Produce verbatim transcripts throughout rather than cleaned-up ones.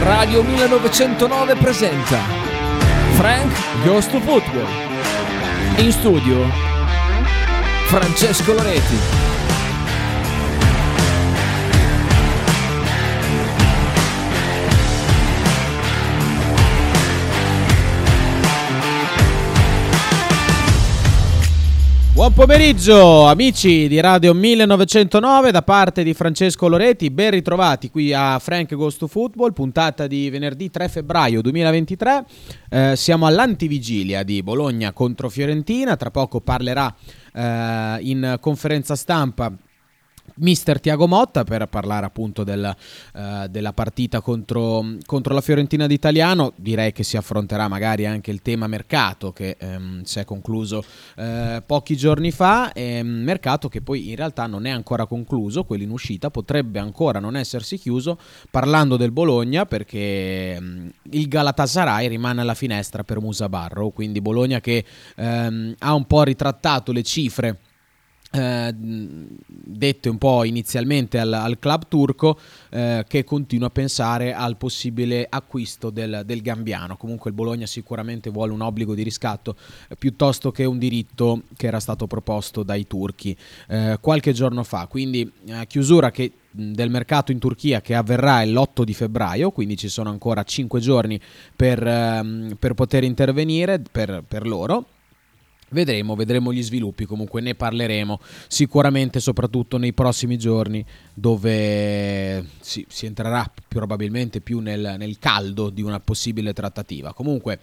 Radio millenovecentonove presenta Frank Goes to Football. In studio Francesco Loretti. Buon pomeriggio amici di Radio millenovecentonove da parte di Francesco Loretti, ben ritrovati qui a Frank Goes to Football, puntata di venerdì tre febbraio duemilaventitré. Eh, siamo all'antivigilia di Bologna contro Fiorentina, tra poco parlerà eh, in conferenza stampa mister Tiago Motta per parlare appunto del, uh, della partita contro, contro la Fiorentina d'Italiano. Direi che si affronterà magari anche il tema mercato che um, si è concluso uh, pochi giorni fa, e, um, mercato che poi in realtà non è ancora concluso, quello in uscita potrebbe ancora non essersi chiuso, parlando del Bologna, perché um, il Galatasaray rimane alla finestra per Musa Barrow, quindi Bologna che um, ha un po' ritrattato le cifre Eh, dette un po' inizialmente al, al club turco, eh, che continua a pensare al possibile acquisto del, del gambiano. Comunque il Bologna sicuramente vuole un obbligo di riscatto eh, piuttosto che un diritto che era stato proposto dai turchi eh, qualche giorno fa, quindi eh, chiusura che del mercato in Turchia che avverrà l'otto di febbraio, quindi ci sono ancora cinque giorni per, ehm, per poter intervenire per, per loro. Vedremo, vedremo gli sviluppi, comunque ne parleremo sicuramente soprattutto nei prossimi giorni, dove si, si entrerà probabilmente più nel, nel caldo di una possibile trattativa. Comunque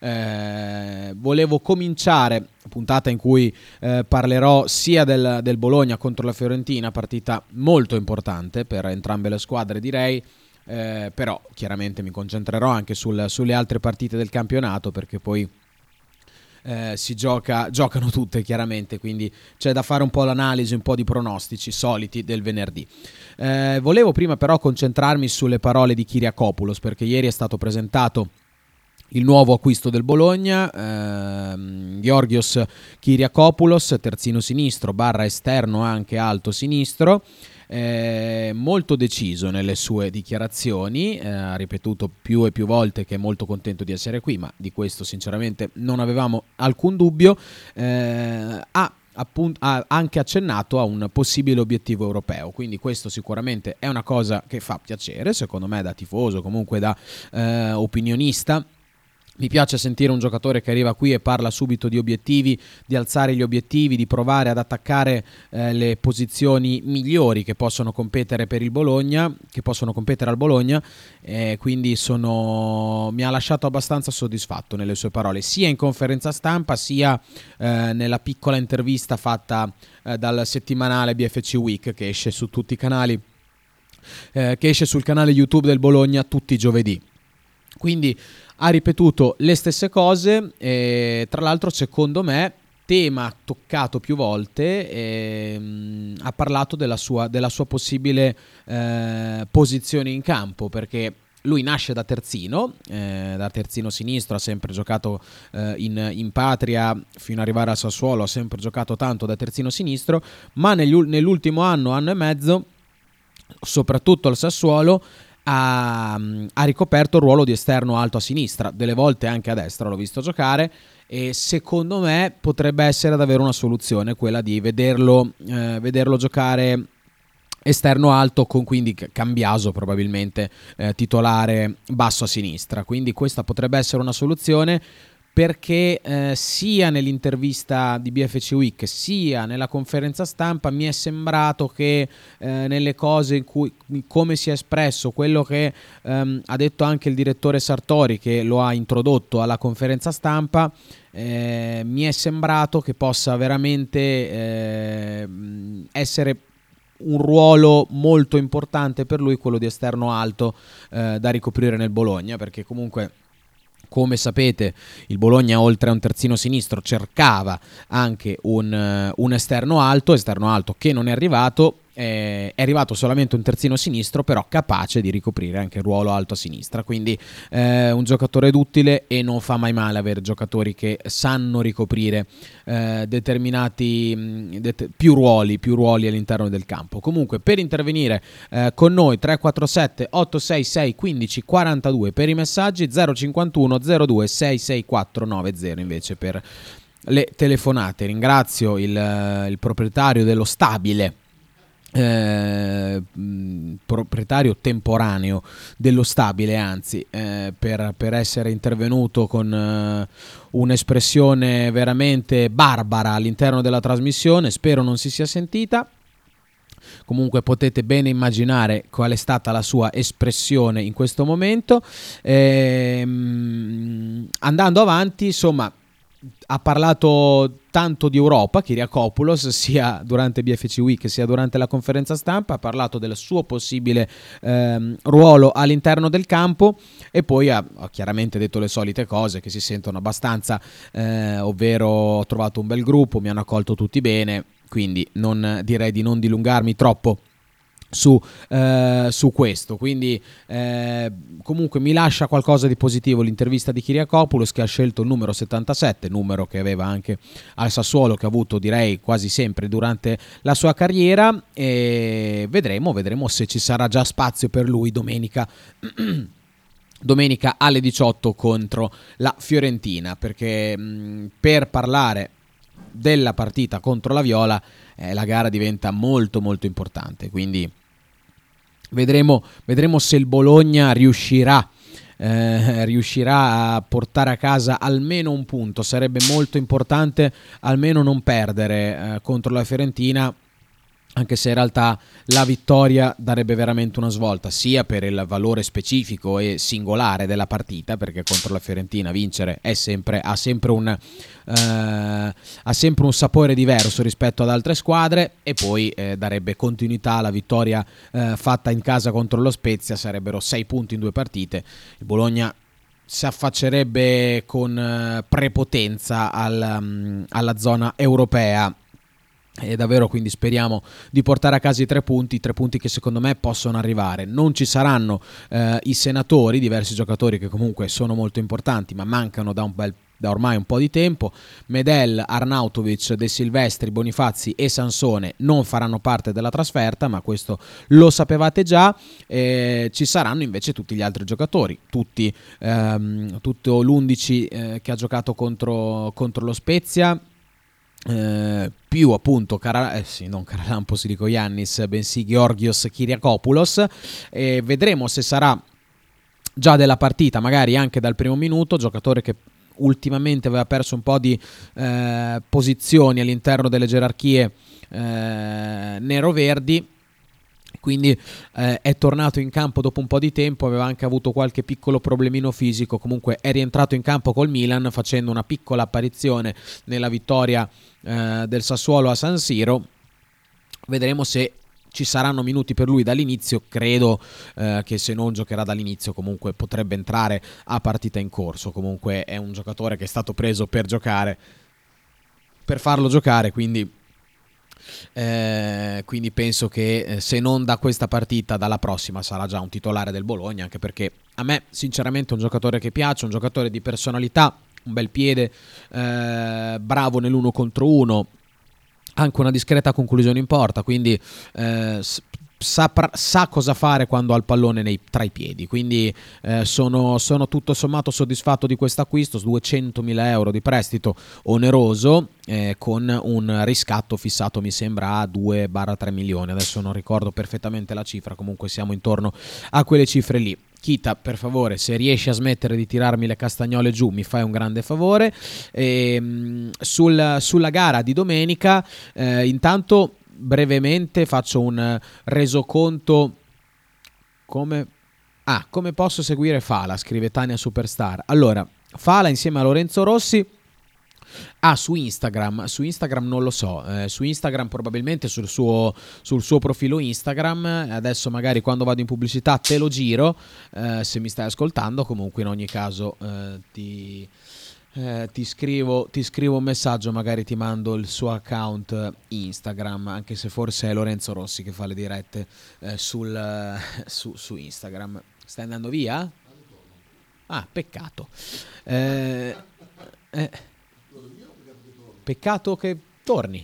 eh, volevo cominciare, puntata in cui eh, parlerò sia del, del Bologna contro la Fiorentina, partita molto importante per entrambe le squadre direi, eh, però chiaramente mi concentrerò anche sul, sulle altre partite del campionato, perché poi Eh, si gioca, giocano tutte chiaramente, quindi c'è da fare un po' l'analisi, un po' di pronostici soliti del venerdì. Eh, volevo prima però concentrarmi sulle parole di Kyriakopoulos, perché ieri è stato presentato il nuovo acquisto del Bologna, ehm, Georgios Kyriakopoulos, terzino sinistro barra esterno anche alto sinistro. Eh, molto deciso nelle sue dichiarazioni, eh, ha ripetuto più e più volte che è molto contento di essere qui, ma di questo sinceramente non avevamo alcun dubbio. eh, ha, appunt- ha anche accennato a un possibile obiettivo europeo, quindi questo sicuramente è una cosa che fa piacere, secondo me, da tifoso, comunque da eh, opinionista. Mi piace sentire un giocatore che arriva qui e parla subito di obiettivi, di alzare gli obiettivi, di provare ad attaccare eh, le posizioni migliori che possono competere per il Bologna, che possono competere al Bologna, eh, quindi sono... mi ha lasciato abbastanza soddisfatto nelle sue parole, sia in conferenza stampa sia eh, nella piccola intervista fatta eh, dal settimanale B F C Week, che esce su tutti i canali, eh, che esce sul canale YouTube del Bologna tutti i giovedì. Quindi ha ripetuto le stesse cose, e tra l'altro secondo me, tema toccato più volte, ehm, ha parlato della sua, della sua possibile eh, posizione in campo, perché lui nasce da terzino, eh, da terzino sinistro, ha sempre giocato eh, in, in patria fino ad arrivare al Sassuolo, ha sempre giocato tanto da terzino sinistro, ma negli, nell'ultimo anno, anno e mezzo, soprattutto al Sassuolo, Ha, ha ricoperto il ruolo di esterno alto a sinistra, delle volte anche a destra l'ho visto giocare, e secondo me potrebbe essere davvero una soluzione quella di vederlo, eh, vederlo giocare esterno alto, con quindi Cambiaso probabilmente eh, titolare basso a sinistra, quindi questa potrebbe essere una soluzione, perché eh, sia nell'intervista di B F C Week sia nella conferenza stampa mi è sembrato che eh, nelle cose in cui, come si è espresso, quello che ehm, ha detto anche il direttore Sartori, che lo ha introdotto alla conferenza stampa, eh, mi è sembrato che possa veramente eh, essere un ruolo molto importante per lui, quello di esterno alto eh, da ricoprire nel Bologna, perché comunque, come sapete, il Bologna oltre a un terzino sinistro cercava anche un, un esterno alto, esterno alto che non è arrivato, eh, è arrivato solamente un terzino sinistro, però capace di ricoprire anche il ruolo alto a sinistra, quindi eh, un giocatore duttile, e non fa mai male avere giocatori che sanno ricoprire eh, determinati mh, det- più ruoli più ruoli all'interno del campo. Comunque, per intervenire eh, con noi tre quattro sette otto sei sei uno cinque quattro due per i messaggi, zero cinquantuno zero due sei sei quattro nove zero invece per le telefonate. Ringrazio il, il proprietario dello stabile, eh, mh, proprietario temporaneo dello stabile, anzi, eh, per, per essere intervenuto con eh, un'espressione veramente barbara all'interno della trasmissione. Spero non si sia sentita. Comunque potete bene immaginare qual è stata la sua espressione in questo momento. Ehm, andando avanti, insomma, ha parlato tanto di Europa Kyriakopoulos, sia durante B F C Week sia durante la conferenza stampa. Ha parlato del suo possibile ehm, ruolo all'interno del campo, e poi ha, ha chiaramente detto le solite cose che si sentono abbastanza, eh, ovvero: ho trovato un bel gruppo, mi hanno accolto tutti bene. Quindi non, direi di non dilungarmi troppo su, eh, su questo. Quindi eh, comunque mi lascia qualcosa di positivo l'intervista di Kyriakopoulos, che ha scelto il numero settantasette, numero che aveva anche al Sassuolo, che ha avuto direi quasi sempre durante la sua carriera, e vedremo, vedremo se ci sarà già spazio per lui domenica domenica alle diciotto contro la Fiorentina, perché mh, per parlare della partita contro la Viola eh, la gara diventa molto molto importante. Quindi vedremo, vedremo se il Bologna riuscirà eh, riuscirà a portare a casa almeno un punto. Sarebbe molto importante almeno non perdere eh, contro la Fiorentina, anche se in realtà la vittoria darebbe veramente una svolta, sia per il valore specifico e singolare della partita, perché contro la Fiorentina vincere è sempre, ha, sempre un, eh, ha sempre un sapore diverso rispetto ad altre squadre, e poi eh, darebbe continuità alla vittoria eh, fatta in casa contro lo Spezia. Sarebbero sei punti in due partite. Il Bologna si affaccerebbe con eh, prepotenza al, um, alla zona europea. E davvero, quindi speriamo di portare a casa i tre punti, tre punti che secondo me possono arrivare. Non ci saranno eh, i senatori, diversi giocatori che comunque sono molto importanti, ma mancano da un bel da ormai un po' di tempo. Medel, Arnautovic, De Silvestri, Bonifazzi e Sansone non faranno parte della trasferta, ma questo lo sapevate già. Eh, ci saranno invece tutti gli altri giocatori, tutti, ehm, tutto l'undici eh, che ha giocato contro, contro lo Spezia. Eh, più appunto Cara- eh sì, non Karalampos, dico Giannis, bensì Georgios Kyriakopoulos, e vedremo se sarà già della partita, magari anche dal primo minuto. Giocatore che ultimamente aveva perso un po' di eh, posizioni all'interno delle gerarchie eh, nero-verdi, quindi eh, è tornato in campo dopo un po' di tempo. Aveva anche avuto qualche piccolo problemino fisico, comunque è rientrato in campo col Milan, facendo una piccola apparizione nella vittoria eh, del Sassuolo a San Siro. Vedremo se ci saranno minuti per lui dall'inizio. Credo eh, che se non giocherà dall'inizio comunque potrebbe entrare a partita in corso. Comunque è un giocatore che è stato preso per giocare, per farlo giocare, quindi Eh, quindi penso che eh, se non da questa partita, dalla prossima sarà già un titolare del Bologna, anche perché a me sinceramente è un giocatore che piace, un giocatore di personalità, un bel piede, eh, bravo nell'uno contro uno, anche una discreta conclusione in porta, quindi eh, sa, sa cosa fare quando ha il pallone nei, tra i piedi. Quindi eh, sono, sono tutto sommato soddisfatto di questo acquisto. duecentomila euro di prestito oneroso, eh, con un riscatto fissato mi sembra a due tre milioni. Adesso non ricordo perfettamente la cifra, comunque siamo intorno a quelle cifre lì. Chita, per favore, se riesci a smettere di tirarmi le castagnole giù, mi fai un grande favore. E, sul, sulla gara di domenica, eh, intanto brevemente faccio un resoconto. Come, ah, come posso seguire Fala, scrive Tania Superstar. Allora, Fala insieme a Lorenzo Rossi. Ah, su Instagram, su Instagram non lo so, eh, su Instagram probabilmente sul suo, sul suo profilo Instagram. Adesso magari quando vado in pubblicità te lo giro, eh, se mi stai ascoltando. Comunque in ogni caso eh, ti, Eh, ti scrivo, ti scrivo un messaggio, magari ti mando il suo account Instagram, anche se forse è Lorenzo Rossi che fa le dirette eh, sul, eh, su, su Instagram. Stai andando via? Ah, peccato. Eh, eh, peccato che torni.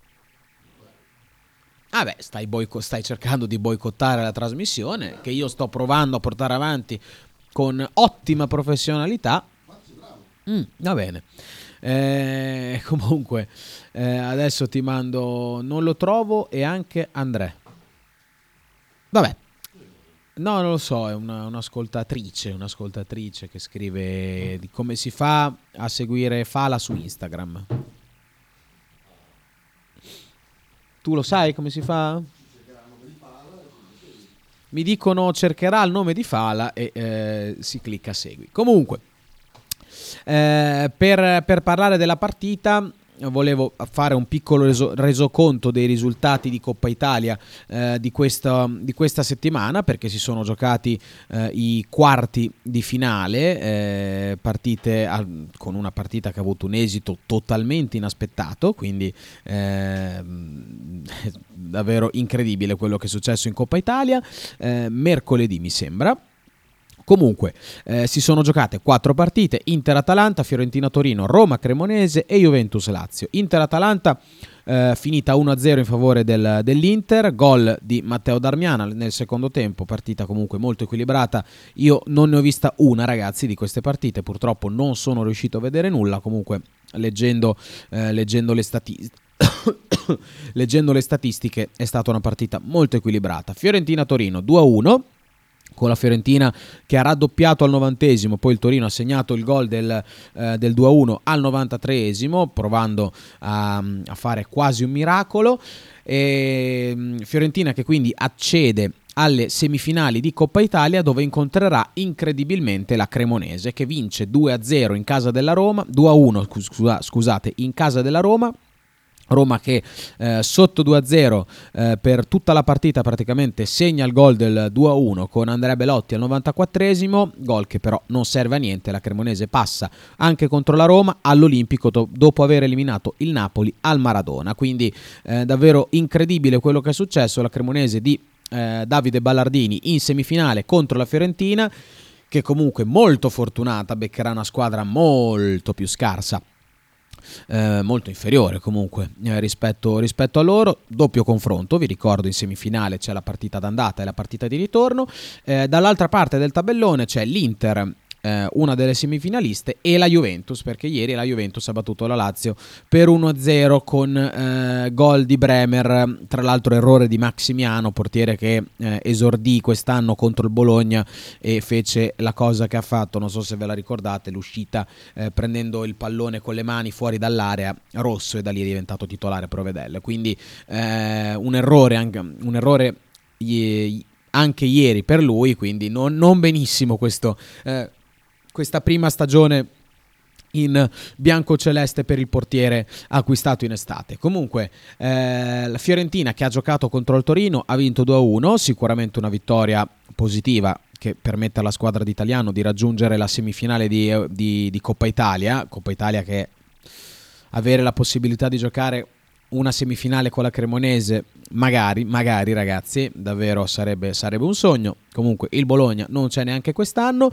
Ah beh, stai, boico- stai cercando di boicottare la trasmissione, che io sto provando a portare avanti con ottima professionalità. Mm, va bene. Eh, comunque, eh, adesso ti mando. Non lo trovo e anche André. Vabbè. No, non lo so, è una, un'ascoltatrice, un'ascoltatrice che scrive di come si fa a seguire Fala su Instagram. Tu lo sai come si fa? Mi dicono cercherà il nome di Fala e eh, si clicca segui. Comunque, eh, per, per parlare della partita volevo fare un piccolo reso, resoconto dei risultati di Coppa Italia eh, di, questa, di questa settimana, perché si sono giocati eh, i quarti di finale, eh, partite al, con una partita che ha avuto un esito totalmente inaspettato, quindi eh, davvero incredibile quello che è successo in Coppa Italia. Eh, mercoledì mi sembra. Comunque, eh, si sono giocate quattro partite: Inter-Atalanta, Fiorentina-Torino, Roma-Cremonese e Juventus-Lazio. Inter-Atalanta eh, finita uno a zero in favore del, dell'Inter, gol di Matteo Darmian nel secondo tempo, partita comunque molto equilibrata. Io non ne ho vista una, ragazzi, di queste partite, purtroppo non sono riuscito a vedere nulla. Comunque, leggendo, eh, leggendo le statistiche... leggendo le statistiche è stata una partita molto equilibrata. Fiorentina-Torino due a uno, con la Fiorentina che ha raddoppiato al novantesimo, poi il Torino ha segnato il gol del, eh, del due a uno al novantatreesimo, provando a, a fare quasi un miracolo. E Fiorentina che quindi accede alle semifinali di Coppa Italia, dove incontrerà incredibilmente la Cremonese, che vince due a zero in casa della Roma, due a uno scusa, scusate, in casa della Roma. Roma che eh, sotto due a zero eh, per tutta la partita praticamente segna il gol del due a uno con Andrea Belotti al novantaquattresimo, gol che però non serve a niente. La Cremonese passa anche contro la Roma all'Olimpico do- dopo aver eliminato il Napoli al Maradona, quindi eh, davvero incredibile quello che è successo. La Cremonese di eh, Davide Ballardini in semifinale contro la Fiorentina, che comunque molto fortunata beccherà una squadra molto più scarsa, Eh, molto inferiore comunque eh, rispetto, rispetto a loro. Doppio confronto, vi ricordo, in semifinale c'è la partita d'andata e la partita di ritorno. Eh, dall'altra parte del tabellone c'è l'Inter, eh, una delle semifinaliste, e la Juventus, perché ieri la Juventus ha battuto la Lazio per uno a zero con eh, gol di Bremer, tra l'altro errore di Maximiano, portiere che eh, esordì quest'anno contro il Bologna e fece la cosa che ha fatto, non so se ve la ricordate, l'uscita eh, prendendo il pallone con le mani fuori dall'area, rosso, e da lì è diventato titolare Provedel. Quindi eh, un errore anche, un errore i, anche ieri per lui, quindi non, non benissimo questo eh, questa prima stagione in biancoceleste per il portiere acquistato in estate. Comunque eh, la Fiorentina, che ha giocato contro il Torino, ha vinto due a uno, sicuramente una vittoria positiva che permette alla squadra di Italiano di raggiungere la semifinale di, di, di Coppa Italia. Coppa Italia che avere la possibilità di giocare una semifinale con la Cremonese, magari, magari ragazzi, davvero sarebbe, sarebbe un sogno. Comunque il Bologna non c'è neanche quest'anno,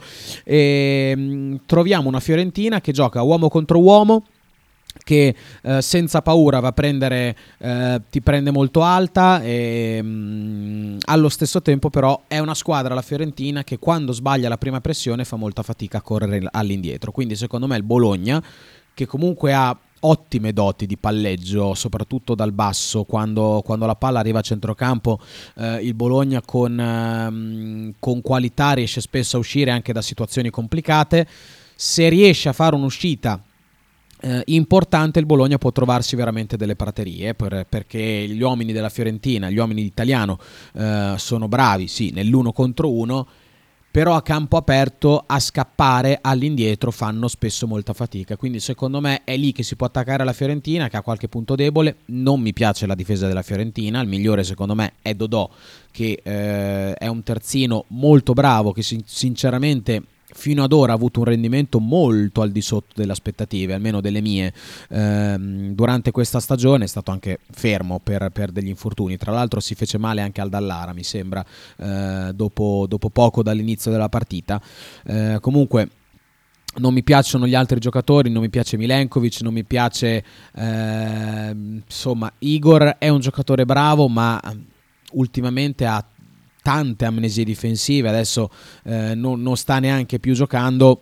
e mh, troviamo una Fiorentina che gioca uomo contro uomo, che eh, senza paura va a prendere, eh, ti prende molto alta, e mh, allo stesso tempo però è una squadra, la Fiorentina, che quando sbaglia la prima pressione fa molta fatica a correre all'indietro. Quindi secondo me il Bologna, che comunque ha ottime doti di palleggio, soprattutto dal basso, quando, quando la palla arriva a centrocampo, eh, il Bologna con, ehm, con qualità riesce spesso a uscire anche da situazioni complicate. Se riesce a fare un'uscita eh, importante, il Bologna può trovarsi veramente delle praterie, per, perché gli uomini della Fiorentina, gli uomini di Italiano eh, sono bravi, sì, nell'uno contro uno, però a campo aperto a scappare all'indietro fanno spesso molta fatica. Quindi secondo me è lì che si può attaccare la Fiorentina, che ha qualche punto debole. Non mi piace la difesa della Fiorentina, il migliore secondo me è Dodò, che eh, è un terzino molto bravo, che sin- sinceramente fino ad ora ha avuto un rendimento molto al di sotto delle aspettative, almeno delle mie. Ehm, durante questa stagione è stato anche fermo per, per degli infortuni, tra l'altro si fece male anche al Dallara, mi sembra, eh, dopo, dopo poco dall'inizio della partita. Eh, comunque non mi piacciono gli altri giocatori, non mi piace Milenkovic, non mi piace eh, insomma Igor è un giocatore bravo, ma ultimamente ha tante amnesie difensive, adesso eh, non, non sta neanche più giocando.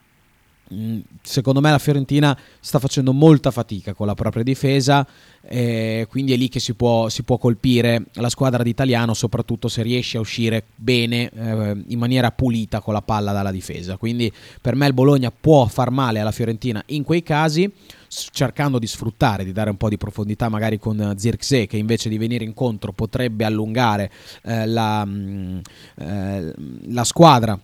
Secondo me la Fiorentina sta facendo molta fatica con la propria difesa, eh, quindi è lì che si può, si può colpire la squadra di Italiano, soprattutto se riesce a uscire bene, eh, in maniera pulita con la palla dalla difesa. Quindi per me il Bologna può far male alla Fiorentina in quei casi, cercando di sfruttare, di dare un po' di profondità magari con Zirkzee, che invece di venire incontro potrebbe allungare eh, la, mh, eh, la squadra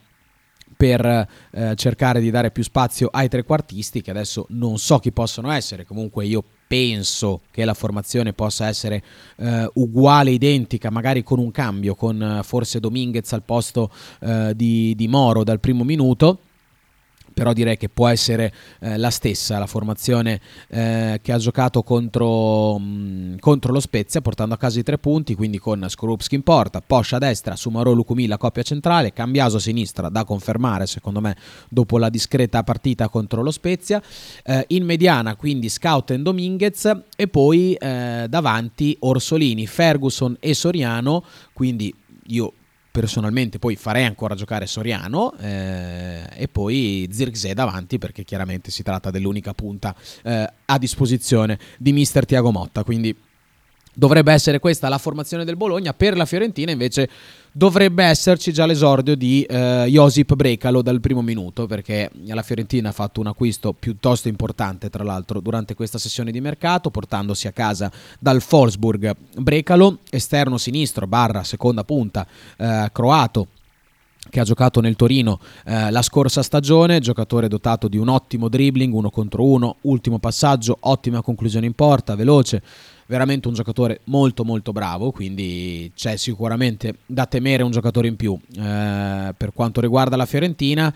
per eh, cercare di dare più spazio ai trequartisti, che adesso non so chi possono essere. Comunque io penso che la formazione possa essere eh, uguale, identica, magari con un cambio, con eh, forse Dominguez al posto eh, di, di Moro dal primo minuto. Però direi che può essere eh, la stessa la formazione eh, che ha giocato contro, mh, contro lo Spezia, portando a casa i tre punti, quindi con Skorupski in porta, Posch a destra, Soumaoro Lucumí la coppia centrale, Cambiaso a sinistra, da confermare secondo me dopo la discreta partita contro lo Spezia, eh, in mediana quindi Scouten Dominguez, e poi eh, davanti Orsolini, Ferguson e Soriano. Quindi io personalmente poi farei ancora giocare Soriano eh, e poi Zirkzee davanti, perché chiaramente si tratta dell'unica punta eh, a disposizione di mister Thiago Motta. Quindi dovrebbe essere questa la formazione del Bologna. Per la Fiorentina invece dovrebbe esserci già l'esordio di eh, Josip Brekalo dal primo minuto, perché la Fiorentina ha fatto un acquisto piuttosto importante tra l'altro durante questa sessione di mercato, portandosi a casa dal Wolfsburg Brekalo, esterno sinistro barra seconda punta eh, croato, che ha giocato nel Torino eh, la scorsa stagione, giocatore dotato di un ottimo dribbling, uno contro uno, ultimo passaggio, ottima conclusione in porta, veloce, veramente un giocatore molto molto bravo, quindi c'è sicuramente da temere un giocatore in più eh, per quanto riguarda la Fiorentina,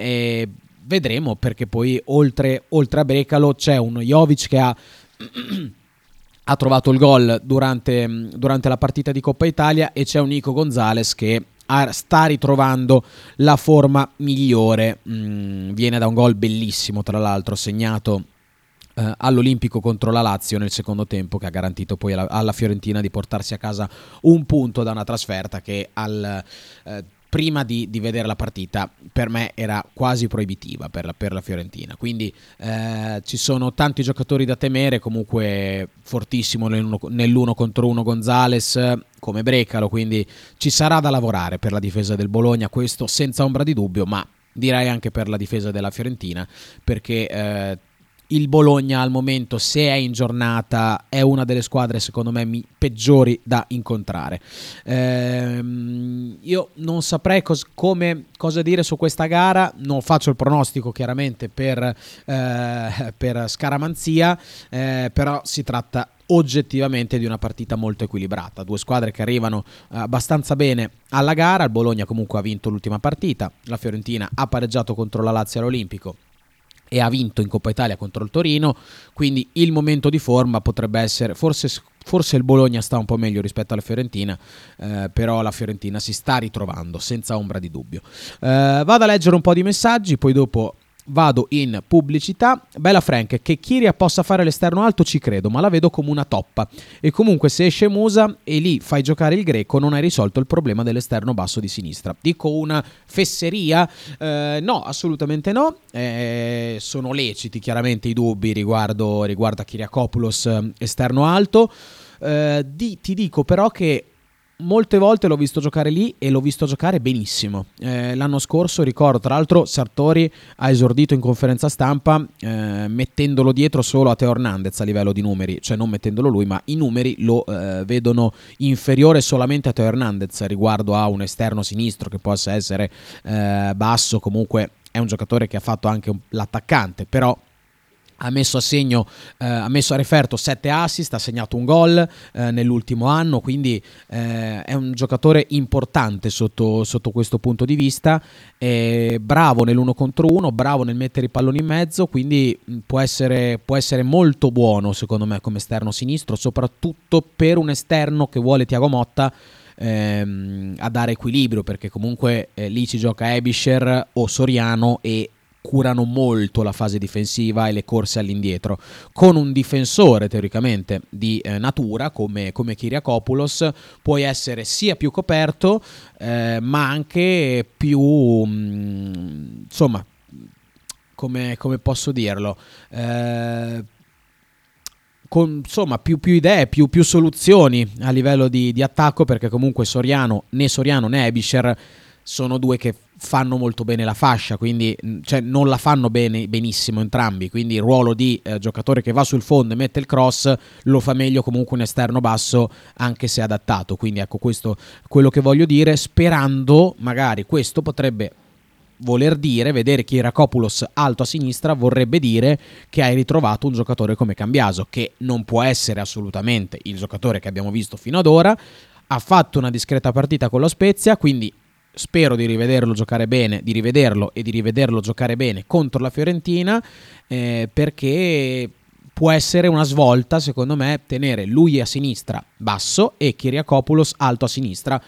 e vedremo, perché poi oltre, oltre a Brekalo c'è un Jovic che ha ha trovato il gol durante, durante la partita di Coppa Italia, e c'è un Nico Gonzalez che sta ritrovando la forma migliore. Mm, viene da un gol bellissimo, tra l'altro, segnato eh, all'Olimpico contro la Lazio nel secondo tempo, che ha garantito poi alla, alla Fiorentina di portarsi a casa un punto da una trasferta che al eh, prima di, di vedere la partita per me era quasi proibitiva per la, per la Fiorentina. Quindi eh, ci sono tanti giocatori da temere, comunque fortissimo nell'uno, nell'uno contro uno Gonzalez come Brekalo, quindi ci sarà da lavorare per la difesa del Bologna, questo senza ombra di dubbio, ma direi anche per la difesa della Fiorentina, perché eh, il Bologna al momento, se è in giornata, è una delle squadre secondo me mi- peggiori da incontrare. Ehm, io non saprei cos- come, cosa dire su questa gara, non faccio il pronostico chiaramente per, eh, per scaramanzia, eh, però si tratta oggettivamente di una partita molto equilibrata, due squadre che arrivano abbastanza bene alla gara. Il Bologna comunque ha vinto l'ultima partita, la Fiorentina ha pareggiato contro la Lazio all'Olimpico e ha vinto in Coppa Italia contro il Torino, quindi il momento di forma potrebbe essere, forse, forse il Bologna sta un po' meglio rispetto alla Fiorentina, eh, però la Fiorentina si sta ritrovando senza ombra di dubbio. Eh, vado a leggere un po' di messaggi, poi dopo vado in pubblicità. Bella Frank, che Chiria possa fare l'esterno alto ci credo, ma la vedo come una toppa, e comunque se esce Musa e lì fai giocare il Greco non hai risolto il problema dell'esterno basso di sinistra. Dico una fesseria? Eh, no, assolutamente no. Eh, sono leciti chiaramente i dubbi riguardo, riguardo a Kyriakopoulos esterno alto. Eh, di, ti dico però che molte volte l'ho visto giocare lì e l'ho visto giocare benissimo. Eh, l'anno scorso ricordo, tra l'altro, Sartori ha esordito in conferenza stampa eh, mettendolo dietro solo a Teo Hernandez a livello di numeri, cioè non mettendolo lui, ma i numeri lo eh, vedono inferiore solamente a Teo Hernandez riguardo a un esterno sinistro che possa essere eh, basso. Comunque è un giocatore che ha fatto anche un, l'attaccante, però ha messo a segno, eh, ha messo a referto sette assist, ha segnato un gol eh, nell'ultimo anno, quindi eh, è un giocatore importante sotto, sotto questo punto di vista, è bravo nell'uno contro uno, bravo nel mettere i palloni in mezzo, quindi può essere, può essere molto buono secondo me come esterno sinistro, soprattutto per un esterno che vuole Thiago Motta ehm, a dare equilibrio, perché comunque eh, lì ci gioca Aebischer o Soriano e curano molto la fase difensiva e le corse all'indietro. Con un difensore teoricamente di eh, natura come, come Kyriakopoulos puoi essere sia più coperto eh, ma anche più mh, insomma come, come posso dirlo eh, con insomma più, più idee, più, più soluzioni a livello di, di attacco, perché comunque Soriano, né Soriano né Aebischer sono due che fanno molto bene la fascia, quindi cioè, non la fanno bene, benissimo entrambi, quindi il ruolo di eh, giocatore che va sul fondo e mette il cross lo fa meglio comunque un esterno basso, anche se adattato. Quindi ecco, questo quello che voglio dire, sperando magari questo potrebbe voler dire, vedere Kyriakopoulos alto a sinistra vorrebbe dire che hai ritrovato un giocatore come Cambiaso, che non può essere assolutamente il giocatore che abbiamo visto fino ad ora. Ha fatto una discreta partita con lo Spezia, quindi spero di rivederlo giocare bene, di rivederlo e di rivederlo giocare bene contro la Fiorentina, eh, perché può essere una svolta secondo me tenere lui a sinistra basso e Kyriakopoulos alto a sinistra,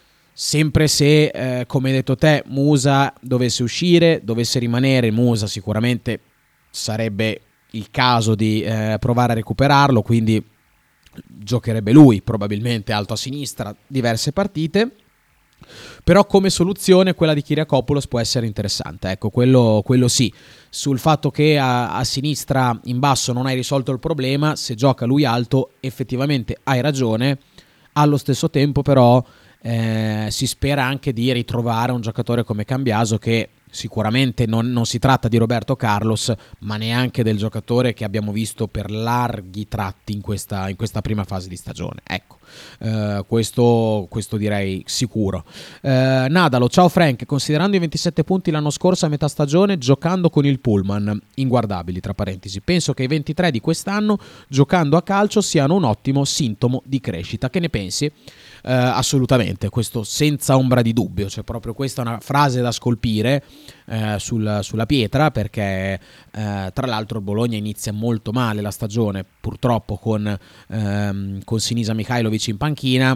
sempre se eh, come hai detto te Musa dovesse uscire, dovesse rimanere. Musa sicuramente sarebbe il caso di eh, provare a recuperarlo, quindi giocherebbe lui probabilmente alto a sinistra diverse partite. Però come soluzione quella di Kyriakopoulos può essere interessante, ecco, quello, quello sì. Sul fatto che a, a sinistra in basso non hai risolto il problema, se gioca lui alto effettivamente hai ragione. Allo stesso tempo però eh, si spera anche di ritrovare un giocatore come Cambiaso, che sicuramente non, non si tratta di Roberto Carlos, ma neanche del giocatore che abbiamo visto per larghi tratti in questa, in questa prima fase di stagione. Ecco, eh, questo, questo direi sicuro. Eh, Nadalo, ciao Frank, considerando i ventisette punti l'anno scorso a metà stagione, giocando con il Pullman, inguardabili tra parentesi, penso che i ventitré di quest'anno giocando a calcio siano un ottimo sintomo di crescita. Che ne pensi? Eh, assolutamente, questo senza ombra di dubbio, cioè proprio questa è una frase da scolpire eh, sul, sulla pietra, perché eh, tra l'altro il Bologna inizia molto male la stagione, purtroppo con, ehm, con Sinisa Mihajlovic in panchina.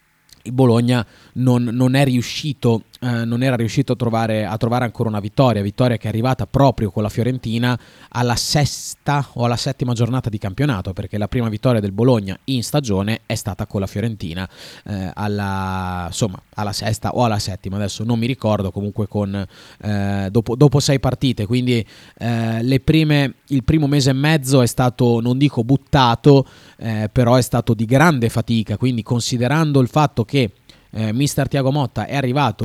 Il Bologna non, non è riuscito eh, non era riuscito a trovare, a trovare ancora una vittoria vittoria che è arrivata proprio con la Fiorentina alla sesta o alla settima giornata di campionato, perché la prima vittoria del Bologna in stagione è stata con la Fiorentina eh, alla, insomma, alla sesta o alla settima, adesso non mi ricordo, comunque con eh, dopo, dopo sei partite, quindi eh, le prime, il primo mese e mezzo è stato, non dico buttato, eh, però è stato di grande fatica, quindi considerando il fatto che eh, mister Thiago Motta è arrivato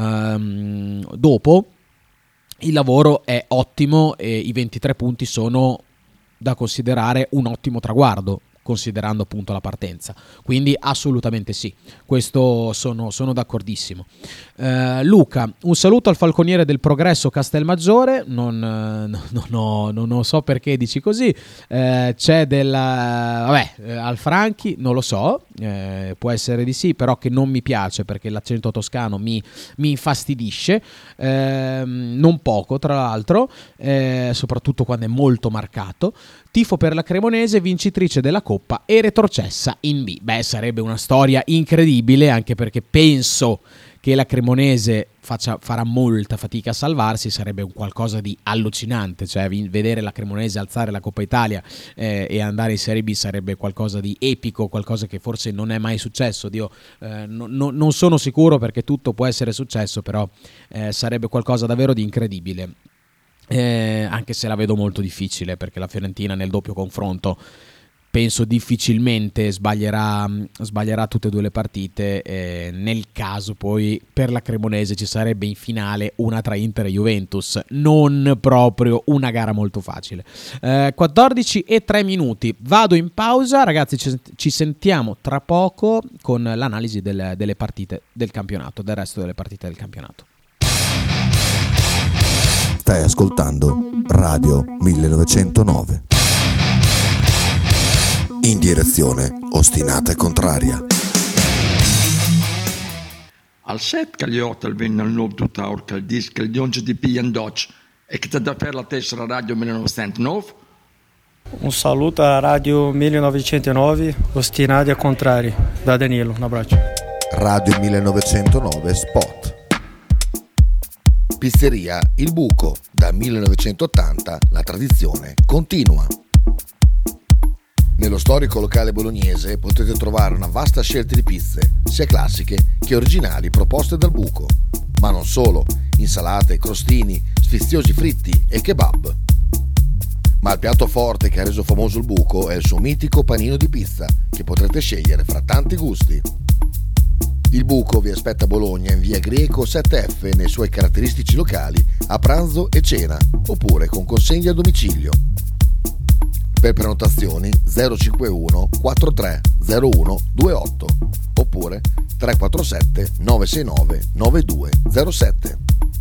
ehm, dopo, il lavoro è ottimo e i ventitré punti sono da considerare un ottimo traguardo, considerando appunto la partenza, quindi assolutamente sì, questo sono, sono d'accordissimo. eh, Luca, un saluto al falconiere del Progresso Castelmaggiore, non, non, non, ho, non ho so perché dici così, eh, c'è del vabbè, eh, al Franchi, non lo so, eh, può essere di sì, però che non mi piace perché l'accento toscano mi, mi infastidisce, eh, non poco tra l'altro, eh, soprattutto quando è molto marcato. Tifo per la Cremonese, vincitrice della Coppa e retrocessa in B. Beh, sarebbe una storia incredibile, anche perché penso che la Cremonese faccia, farà molta fatica a salvarsi, sarebbe un qualcosa di allucinante, cioè vedere la Cremonese alzare la Coppa Italia eh, e andare in Serie B sarebbe qualcosa di epico, qualcosa che forse non è mai successo. Dio, eh, no, no, non sono sicuro, perché tutto può essere successo, però eh, sarebbe qualcosa davvero di incredibile. Eh, anche se la vedo molto difficile, perché la Fiorentina nel doppio confronto penso difficilmente sbaglierà, sbaglierà tutte e due le partite. Eh, nel caso poi per la Cremonese ci sarebbe in finale una tra Inter e Juventus, non proprio una gara molto facile. eh, quattordici e tre minuti, vado in pausa ragazzi, ci, ci sentiamo tra poco con l'analisi del, delle partite del campionato, del resto delle partite del campionato. Stai ascoltando Radio millenovecentonove. In direzione ostinata e contraria. Al set che gli hotel venne al nuovo tuttaur che il disco il dionge di Pian Dodge e che ti dà per la tessera Radio millenovecentonove. Un saluto a Radio millenovecentonove, ostinati e contrari. Da Danilo, un abbraccio. Radio millenovecentonove Spot. Pizzeria Il Buco. Dal millenovecentottanta la tradizione continua. Nello storico locale bolognese potete trovare una vasta scelta di pizze, sia classiche che originali proposte dal Buco. Ma non solo, insalate, crostini, sfiziosi fritti e kebab. Ma il piatto forte che ha reso famoso il Buco è il suo mitico panino di pizza, che potrete scegliere fra tanti gusti. Il Buco vi aspetta a Bologna in via Greco sette F nei suoi caratteristici locali a pranzo e cena, oppure con consegna a domicilio. Per prenotazioni zero cinquantuno quarantatré zero uno ventotto oppure tre quattro sette nove sei nove nove due zero sette.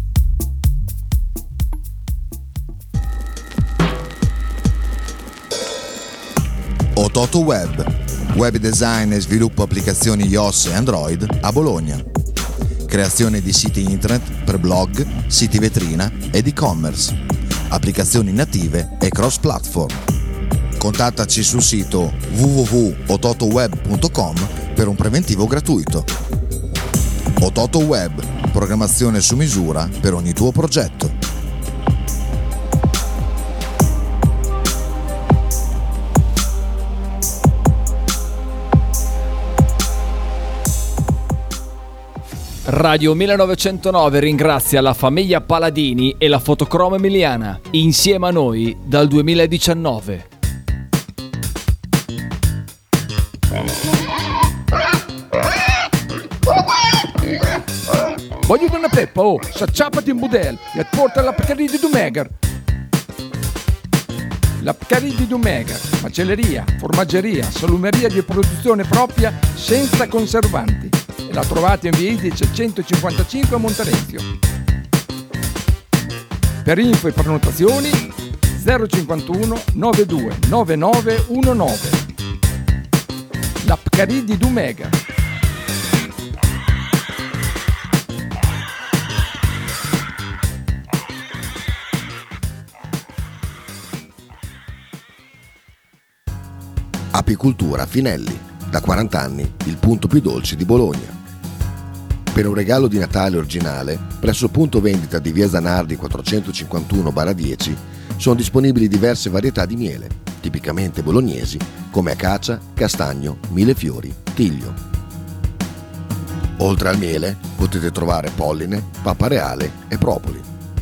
Ototo Web, web design e sviluppo applicazioni iOS e Android a Bologna. Creazione di siti internet per blog, siti vetrina ed e-commerce, applicazioni native e cross-platform. Contattaci sul sito w w w punto ototoweb punto com per un preventivo gratuito. Ototo Web, programmazione su misura per ogni tuo progetto. Radio millenovecentonove ringrazia la famiglia Paladini e la Fotocromo Emiliana, insieme a noi dal duemiladiciannove. Voglio una peppa, oh, s'acciappati in budel e porta la Pcaridi di Dumegar. La Pcaridi di Dumegar, macelleria, formaggeria, salumeria di produzione propria senza conservanti. E la trovate in via Idice centocinquantacinque a Monterezio. Per info e prenotazioni zero cinquantuno novantadue novantanove diciannove. La Pcaridi di Dumegar. Apicoltura Finelli, da quaranta anni il punto più dolce di Bologna. Per un regalo di Natale originale, presso il punto vendita di via Zanardi quattrocentocinquantuno dieci sono disponibili diverse varietà di miele, tipicamente bolognesi, come acacia, castagno, millefiori, tiglio. Oltre al miele potete trovare polline, pappa reale e propoli.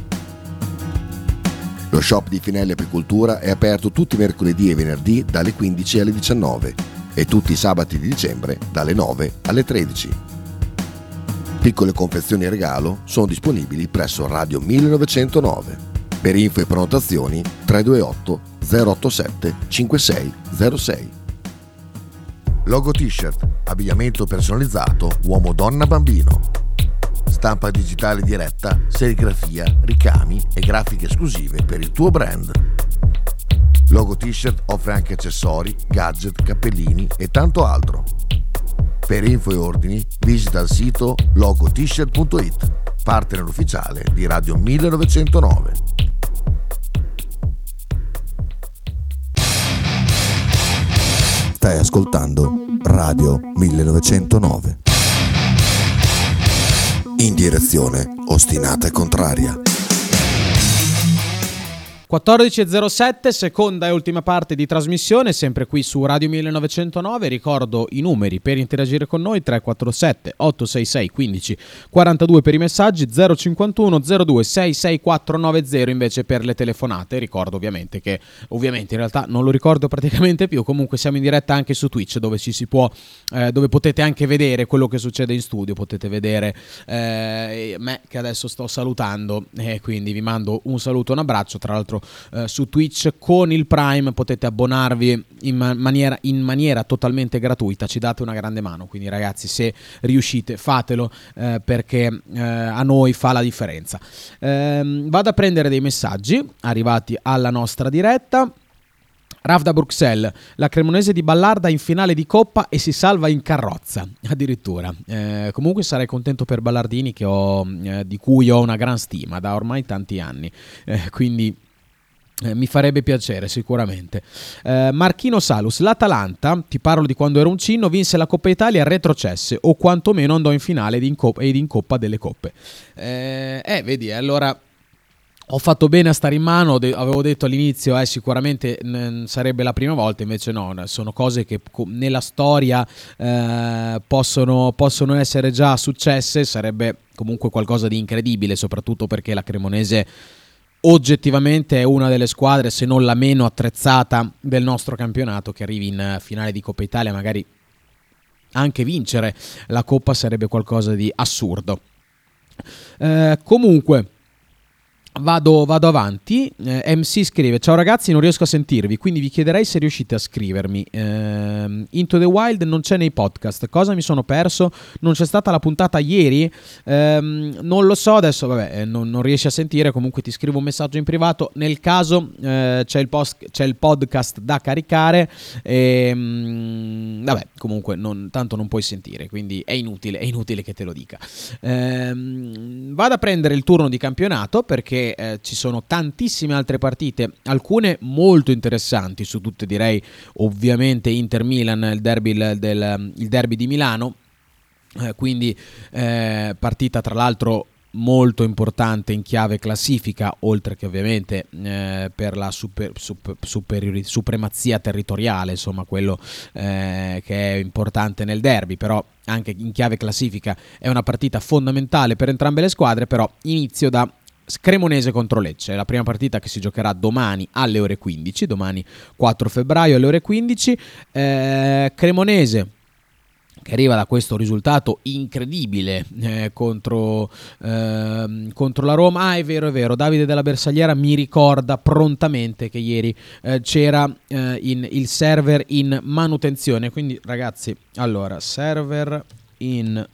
Lo shop di Finelli Apicoltura è aperto tutti i mercoledì e venerdì dalle quindici alle diciannove e tutti i sabati di dicembre dalle nove alle tredici. Piccole confezioni e regalo sono disponibili presso Radio millenovecentonove. Per info e prenotazioni tre due otto zero otto sette cinque sei zero sei. Logo T-shirt, abbigliamento personalizzato uomo, donna, bambino. Stampa digitale diretta, serigrafia, ricami e grafiche esclusive per il tuo brand. Logo T-shirt offre anche accessori, gadget, cappellini e tanto altro. Per info e ordini visita il sito logo t shirt punto it, partner ufficiale di Radio millenovecentonove. Stai ascoltando Radio millenovecentonove. In direzione ostinata e contraria. quattordici e zero sette, seconda e ultima parte di trasmissione, sempre qui su Radio millenovecentonove. Ricordo i numeri per interagire con noi: tre quattro sette otto sei sei uno cinque quattro due per i messaggi, zero cinquantuno zero due sei sei quattro nove zero invece per le telefonate. Ricordo ovviamente che ovviamente in realtà non lo ricordo praticamente più, comunque siamo in diretta anche su Twitch, dove ci si può eh, dove potete anche vedere quello che succede in studio, potete vedere eh, me che adesso sto salutando, e quindi vi mando un saluto e un abbraccio. Tra l'altro eh, su Twitch con il Prime, potete abbonarvi in ma- maniera, in maniera totalmente gratuita, ci date una grande mano, quindi ragazzi, se riuscite fatelo, eh, perché eh, a noi fa la differenza. Eh, vado a prendere dei messaggi arrivati alla nostra diretta. Raf da Bruxelles, la Cremonese di Ballarda in finale di Coppa e si salva in carrozza, addirittura. Eh, comunque sarei contento per Ballardini, che ho, eh, di cui ho una gran stima da ormai tanti anni, eh, quindi eh, mi farebbe piacere sicuramente. eh, Marchino Salus, l'Atalanta, ti parlo di quando ero un cinno, vinse la Coppa Italia e retrocesse, o quantomeno andò in finale ed in, cop- ed in Coppa delle Coppe. Eh, eh vedi, allora... Ho fatto bene a stare in mano, de- avevo detto all'inizio eh, sicuramente n- sarebbe la prima volta, invece no, sono cose che co- nella storia eh, possono, possono essere già successe, sarebbe comunque qualcosa di incredibile, soprattutto perché la Cremonese oggettivamente è una delle squadre, se non la meno attrezzata del nostro campionato, che arrivi in finale di Coppa Italia, magari anche vincere la Coppa sarebbe qualcosa di assurdo. Eh, comunque... Vado, vado avanti. eh, M C scrive: ciao ragazzi, non riesco a sentirvi, quindi vi chiederei se riuscite a scrivermi. eh, Into the Wild non c'è nei podcast, cosa mi sono perso? Non c'è stata la puntata ieri? Eh, non lo so, adesso vabbè, eh, non, non riesci a sentire, comunque ti scrivo un messaggio in privato. Nel caso eh, c'è, il post, c'è il podcast da caricare e, mh, vabbè, comunque non, tanto non puoi sentire, quindi è inutile, è inutile che te lo dica. eh, Vado a prendere il turno di campionato, perché Eh, ci sono tantissime altre partite, alcune molto interessanti, su tutte direi ovviamente Inter-Milan, il derby, il, del, il derby di Milano, eh, quindi eh, partita tra l'altro molto importante in chiave classifica, oltre che ovviamente eh, per la super, super, superiori, supremazia territoriale, insomma quello eh, che è importante nel derby, però anche in chiave classifica è una partita fondamentale per entrambe le squadre. Però inizio da Cremonese contro Lecce, è la prima partita che si giocherà domani alle ore quindici, domani quattro febbraio alle ore quindici. eh, Cremonese che arriva da questo risultato incredibile eh, contro, eh, contro la Roma. Ah, è vero, è vero, Davide della Bersagliera mi ricorda prontamente che ieri eh, c'era eh, in, il server in manutenzione, quindi ragazzi, allora, server in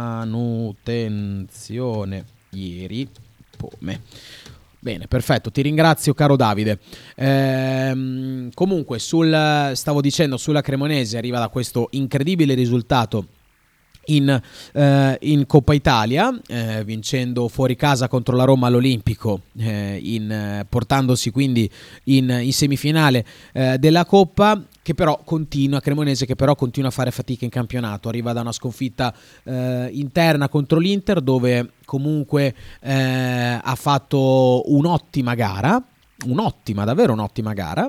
manutenzione ieri. Come? Bene, perfetto, ti ringrazio caro Davide. Ehm, comunque, sul, stavo dicendo, sulla Cremonese arriva da questo incredibile risultato in, eh, in Coppa Italia, eh, vincendo fuori casa contro la Roma all'Olimpico, eh, in, eh, portandosi quindi in, in semifinale eh, della Coppa, che però continua, Cremonese che però continua a fare fatica in campionato, arriva da una sconfitta eh, interna contro l'Inter, dove comunque eh, ha fatto un'ottima gara, un'ottima, davvero un'ottima gara,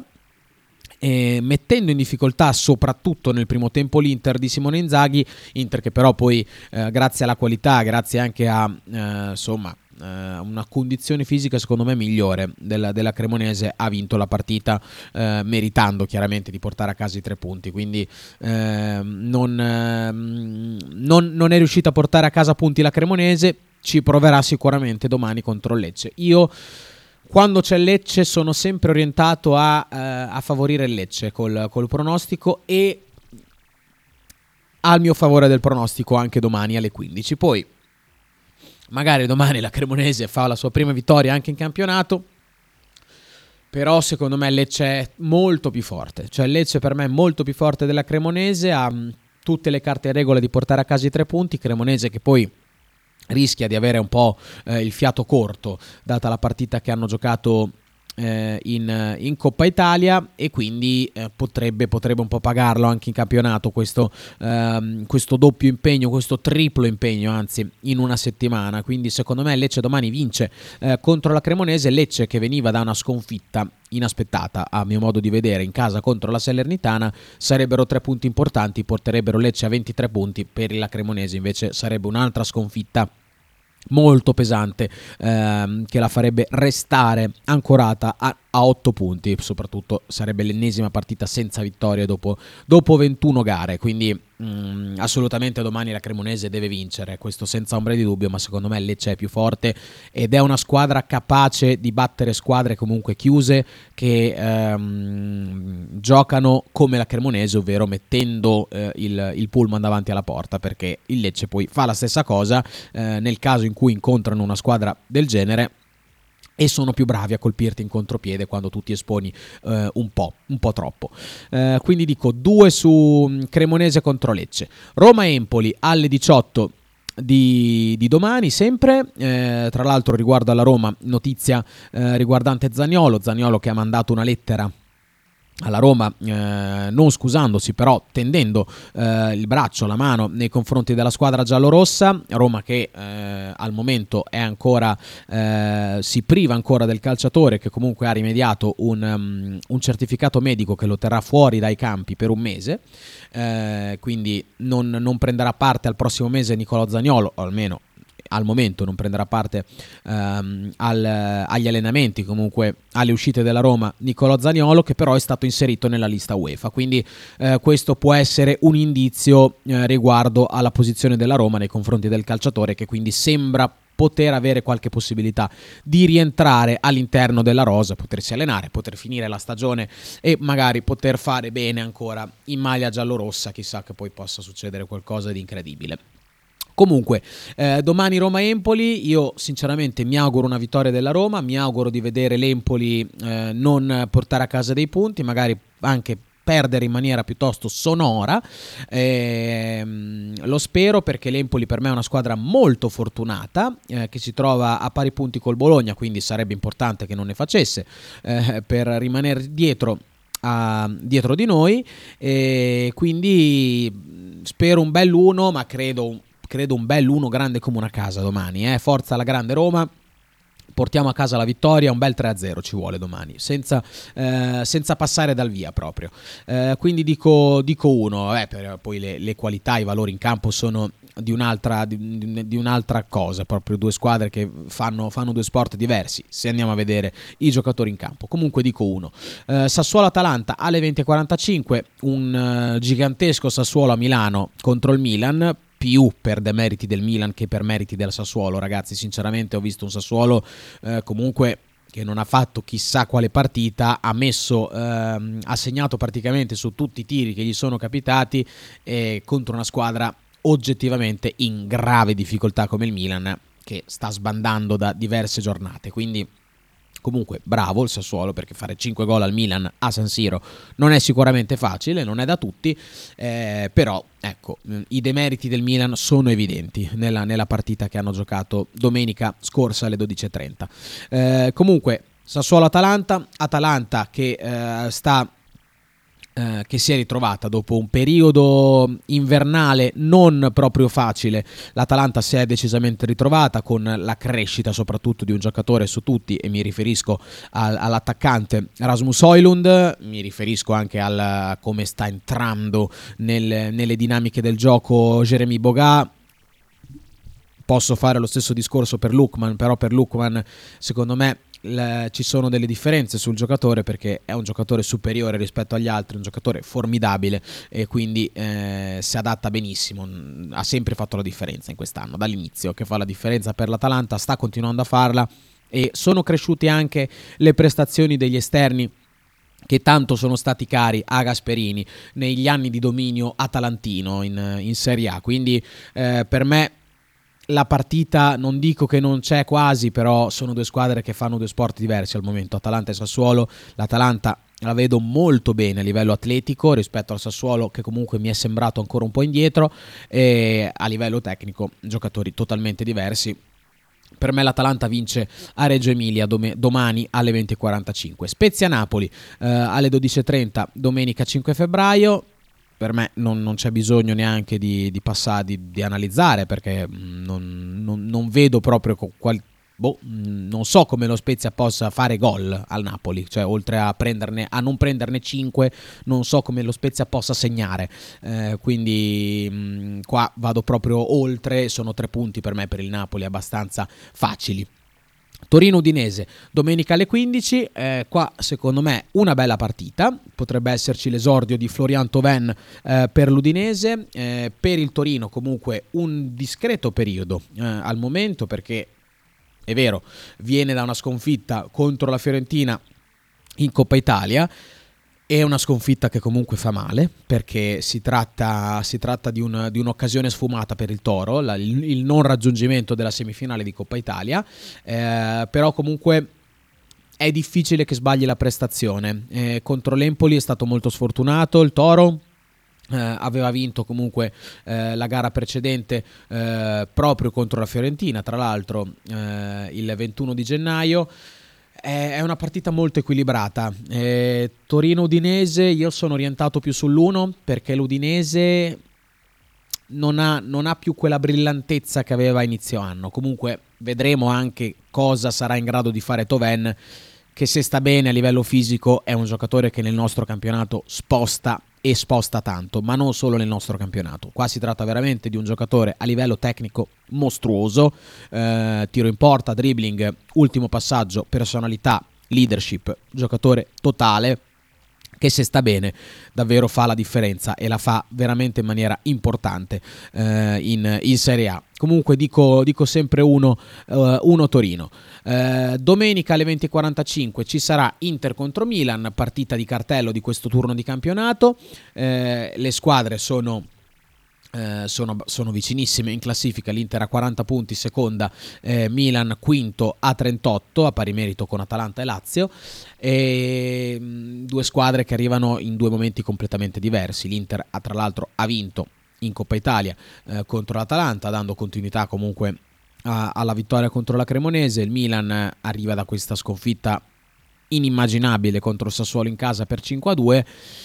e mettendo in difficoltà soprattutto nel primo tempo l'Inter di Simone Inzaghi, Inter che però poi eh, grazie alla qualità, grazie anche a eh, insomma Uh, una condizione fisica secondo me migliore della, della Cremonese, ha vinto la partita uh, meritando chiaramente di portare a casa i tre punti, quindi uh, non, uh, non, non è riuscita a portare a casa punti la Cremonese, ci proverà sicuramente domani contro Lecce. Io quando c'è Lecce sono sempre orientato a, uh, a favorire il Lecce col, col pronostico, e al mio favore del pronostico anche domani alle quindici. Poi magari domani la Cremonese fa la sua prima vittoria anche in campionato, però secondo me Lecce è molto più forte, cioè Lecce per me è molto più forte della Cremonese, ha tutte le carte in regola di portare a casa i tre punti. Cremonese che poi rischia di avere un po' eh, il fiato corto data la partita che hanno giocato eh, in, in Coppa Italia, e quindi eh, potrebbe, potrebbe un po' pagarlo anche in campionato questo, ehm, questo doppio impegno, questo triplo impegno anzi in una settimana. Quindi secondo me Lecce domani vince eh, contro la Cremonese, Lecce che veniva da una sconfitta inaspettata a mio modo di vedere in casa contro la Salernitana. Sarebbero tre punti importanti, porterebbero Lecce a ventitré punti, per la Cremonese invece sarebbe un'altra sconfitta molto pesante ehm, che la farebbe restare ancorata a, a otto punti, soprattutto sarebbe l'ennesima partita senza vittorie dopo, dopo ventuno gare, quindi Mm, assolutamente domani la Cremonese deve vincere, questo senza ombra di dubbio, ma secondo me il Lecce è più forte ed è una squadra capace di battere squadre comunque chiuse che ehm, giocano come la Cremonese, ovvero mettendo eh, il, il pullman davanti alla porta, perché il Lecce poi fa la stessa cosa eh, nel caso in cui incontrano una squadra del genere e sono più bravi a colpirti in contropiede quando tu ti esponi eh, un po', un po' troppo. Eh, quindi dico due su Cremonese contro Lecce. Roma-Empoli alle diciotto di, di domani sempre. Eh, tra l'altro riguardo alla Roma, notizia eh, riguardante Zaniolo. Zaniolo che ha mandato una lettera alla Roma, eh, non scusandosi però tendendo eh, il braccio, la mano nei confronti della squadra giallorossa. Roma che eh, al momento è ancora eh, si priva ancora del calciatore, che comunque ha rimediato un, um, un certificato medico che lo terrà fuori dai campi per un mese, eh, quindi non, non prenderà parte al prossimo mese Nicolò Zaniolo, o almeno al momento non prenderà parte ehm, al, agli allenamenti, comunque alle uscite della Roma Nicolò Zaniolo, che però è stato inserito nella lista UEFA, quindi eh, questo può essere un indizio eh, riguardo alla posizione della Roma nei confronti del calciatore, che quindi sembra poter avere qualche possibilità di rientrare all'interno della rosa, potersi allenare, poter finire la stagione e magari poter fare bene ancora in maglia giallorossa. Chissà che poi possa succedere qualcosa di incredibile. Comunque, eh, domani Roma-Empoli, io sinceramente mi auguro una vittoria della Roma, mi auguro di vedere l'Empoli eh, non portare a casa dei punti, magari anche perdere in maniera piuttosto sonora, eh, lo spero, perché l'Empoli per me è una squadra molto fortunata, eh, che si trova a pari punti col Bologna, quindi sarebbe importante che non ne facesse eh, per rimanere dietro A, dietro di noi, e quindi spero un bel uno, ma credo, credo un bel uno grande come una casa domani, eh. Forza alla grande Roma, portiamo a casa la vittoria, un bel tre a zero ci vuole domani, senza, eh, senza passare dal via proprio, eh, quindi dico, dico uno, eh, per poi le, le qualità, i valori in campo sono di un'altra, di, di un'altra cosa, proprio due squadre che fanno, fanno due sport diversi se andiamo a vedere i giocatori in campo. Comunque dico uno. eh, Sassuolo-Atalanta alle venti e quarantacinque, un uh, gigantesco Sassuolo a Milano contro il Milan, più per demeriti del Milan che per meriti del Sassuolo, ragazzi. Sinceramente ho visto un Sassuolo eh, comunque che non ha fatto chissà quale partita, ha messo ehm, ha segnato praticamente su tutti i tiri che gli sono capitati, eh, contro una squadra oggettivamente in grave difficoltà come il Milan, che sta sbandando da diverse giornate. Quindi comunque bravo il Sassuolo, perché fare cinque gol al Milan a San Siro non è sicuramente facile, non è da tutti, eh, però ecco, i demeriti del Milan sono evidenti nella, nella partita che hanno giocato domenica scorsa alle dodici e trenta. Eh, comunque Sassuolo-Atalanta, Atalanta che eh, sta Eh, che si è ritrovata dopo un periodo invernale non proprio facile. L'Atalanta si è decisamente ritrovata con la crescita soprattutto di un giocatore su tutti, e mi riferisco al, all'attaccante Rasmus Højlund, mi riferisco anche a come sta entrando nel, nelle dinamiche del gioco Jérémy Boga. Posso fare lo stesso discorso per Lookman, però per Lookman secondo me Le, ci sono delle differenze sul giocatore, perché è un giocatore superiore rispetto agli altri, un giocatore formidabile, e quindi eh, si adatta benissimo, ha sempre fatto la differenza in quest'anno, dall'inizio che fa la differenza per l'Atalanta, sta continuando a farla, e sono cresciute anche le prestazioni degli esterni che tanto sono stati cari a Gasperini negli anni di dominio atalantino in, in Serie A, quindi eh, per me la partita, non dico che non c'è quasi, però sono due squadre che fanno due sport diversi al momento, Atalanta e Sassuolo. L'Atalanta la vedo molto bene a livello atletico rispetto al Sassuolo, che comunque mi è sembrato ancora un po' indietro, e a livello tecnico giocatori totalmente diversi. Per me l'Atalanta vince a Reggio Emilia dom- domani alle venti e quarantacinque. Spezia-Napoli eh, alle dodici e trenta domenica cinque febbraio. Per me non, non c'è bisogno neanche di, di passare, di, di analizzare, perché non, non, non vedo proprio qual, boh, non so come lo Spezia possa fare gol al Napoli, cioè oltre a prenderne, a non prenderne cinque, non so come lo Spezia possa segnare, eh, quindi mh, qua vado proprio oltre, sono tre punti per me per il Napoli abbastanza facili. Torino-Udinese domenica alle quindici, eh, qua secondo me una bella partita, potrebbe esserci l'esordio di Florian Thauvin eh, per l'Udinese, eh, per il Torino comunque un discreto periodo eh, al momento, perché è vero, viene da una sconfitta contro la Fiorentina in Coppa Italia. È una sconfitta che comunque fa male, perché si tratta, si tratta di, un, di un'occasione sfumata per il Toro, la, il, il non raggiungimento della semifinale di Coppa Italia, eh, però comunque è difficile che sbagli la prestazione. Eh, contro l'Empoli è stato molto sfortunato il Toro. Eh, aveva vinto comunque eh, la gara precedente eh, proprio contro la Fiorentina, tra l'altro eh, il ventuno di gennaio. È una partita molto equilibrata. eh, Torino-Udinese, io sono orientato più sull'uno, perché l'Udinese non ha, non ha più quella brillantezza che aveva a inizio anno. Comunque vedremo anche cosa sarà in grado di fare Thauvin, che se sta bene a livello fisico è un giocatore che nel nostro campionato sposta e sposta tanto, ma non solo nel nostro campionato. Qua si tratta veramente di un giocatore a livello tecnico mostruoso, eh, tiro in porta, dribbling, ultimo passaggio, personalità, leadership, giocatore totale, che se sta bene davvero fa la differenza e la fa veramente in maniera importante eh, in, in Serie A. Comunque dico, dico sempre uno, uh, uno Torino. Eh, domenica alle venti e quarantacinque ci sarà Inter contro Milan, partita di cartello di questo turno di campionato. Eh, le squadre sono... Eh, sono, sono vicinissime in classifica. L'Inter a quaranta punti, seconda, eh, Milan quinto a trentotto, a pari merito con Atalanta e Lazio, e mh, due squadre che arrivano in due momenti completamente diversi. L'Inter ha, tra l'altro ha vinto in Coppa Italia eh, contro l'Atalanta, dando continuità comunque a, alla vittoria contro la Cremonese. Il Milan arriva da questa sconfitta inimmaginabile contro il Sassuolo in casa per cinque a due.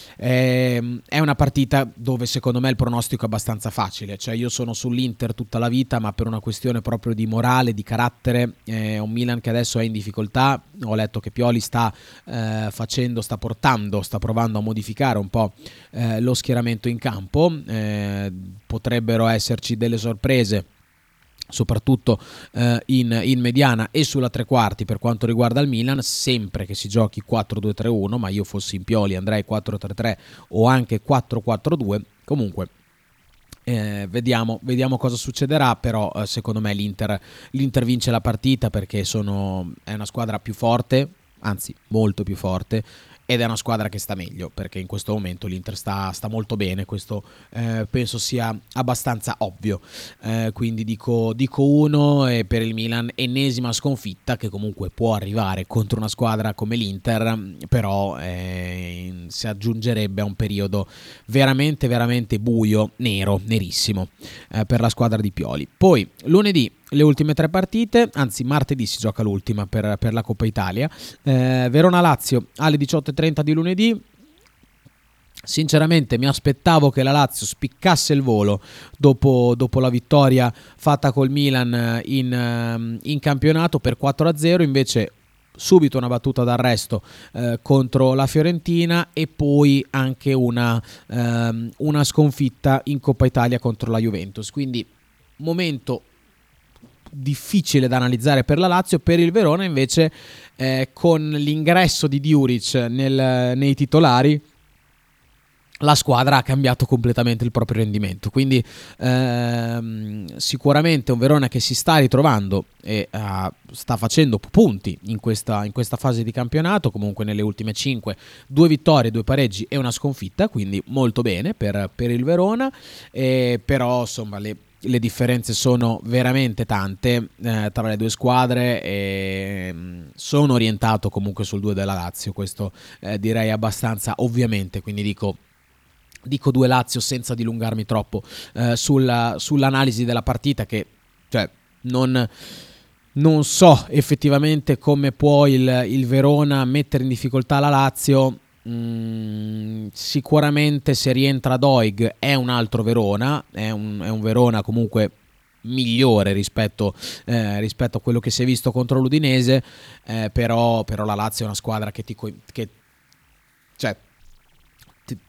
Eh, è una partita dove secondo me il pronostico è abbastanza facile, cioè io sono sull'Inter tutta la vita, ma per una questione proprio di morale, di carattere. È un Milan che adesso è in difficoltà. Ho letto che Pioli sta eh, facendo, sta portando, sta provando a modificare un po' eh, lo schieramento in campo. Eh, potrebbero esserci delle sorprese, soprattutto eh, in, in mediana e sulla tre quarti per quanto riguarda il Milan, sempre che si giochi quattro due tre uno, ma io fossi in Pioli andrei quattro tre tre o anche quattro quattro due. Comunque eh, vediamo, vediamo cosa succederà, però eh, secondo me l'Inter, l'Inter vince la partita, perché sono, è una squadra più forte, anzi molto più forte, ed è una squadra che sta meglio, perché in questo momento l'Inter sta, sta molto bene. Questo eh, penso sia abbastanza ovvio, eh, quindi dico, dico uno. E per il Milan ennesima sconfitta, che comunque può arrivare contro una squadra come l'Inter, però eh, si aggiungerebbe a un periodo veramente veramente buio, nero, nerissimo eh, per la squadra di Pioli. Poi lunedì le ultime tre partite, anzi martedì si gioca l'ultima per, per la Coppa Italia. eh, Verona-Lazio alle diciotto e trenta di lunedì. Sinceramente mi aspettavo che la Lazio spiccasse il volo dopo, dopo la vittoria fatta col Milan in, in campionato per quattro a zero, invece subito una battuta d'arresto eh, contro la Fiorentina, e poi anche una, ehm, una sconfitta in Coppa Italia contro la Juventus. Quindi momento difficile da analizzare per la Lazio. Per il Verona invece eh, con l'ingresso di Djuric nel, nei titolari, la squadra ha cambiato completamente il proprio rendimento. Quindi ehm, sicuramente un Verona che si sta ritrovando e uh, sta facendo punti in questa, in questa fase di campionato. Comunque nelle ultime cinque, due vittorie, due pareggi e una sconfitta, quindi molto bene per, per il Verona. E però insomma le Le differenze sono veramente tante eh, tra le due squadre, e mh, sono orientato comunque sul due della Lazio, questo eh, direi abbastanza ovviamente, quindi dico, dico due Lazio senza dilungarmi troppo eh, sulla, sull'analisi della partita, che cioè non... Non so effettivamente come può il, il Verona mettere in difficoltà la Lazio. Mm, sicuramente se rientra Doig è un altro Verona, è un, è un Verona comunque migliore rispetto, eh, rispetto a quello che si è visto contro l'Udinese, eh, però, però la Lazio è una squadra che ti, che, cioè, ti,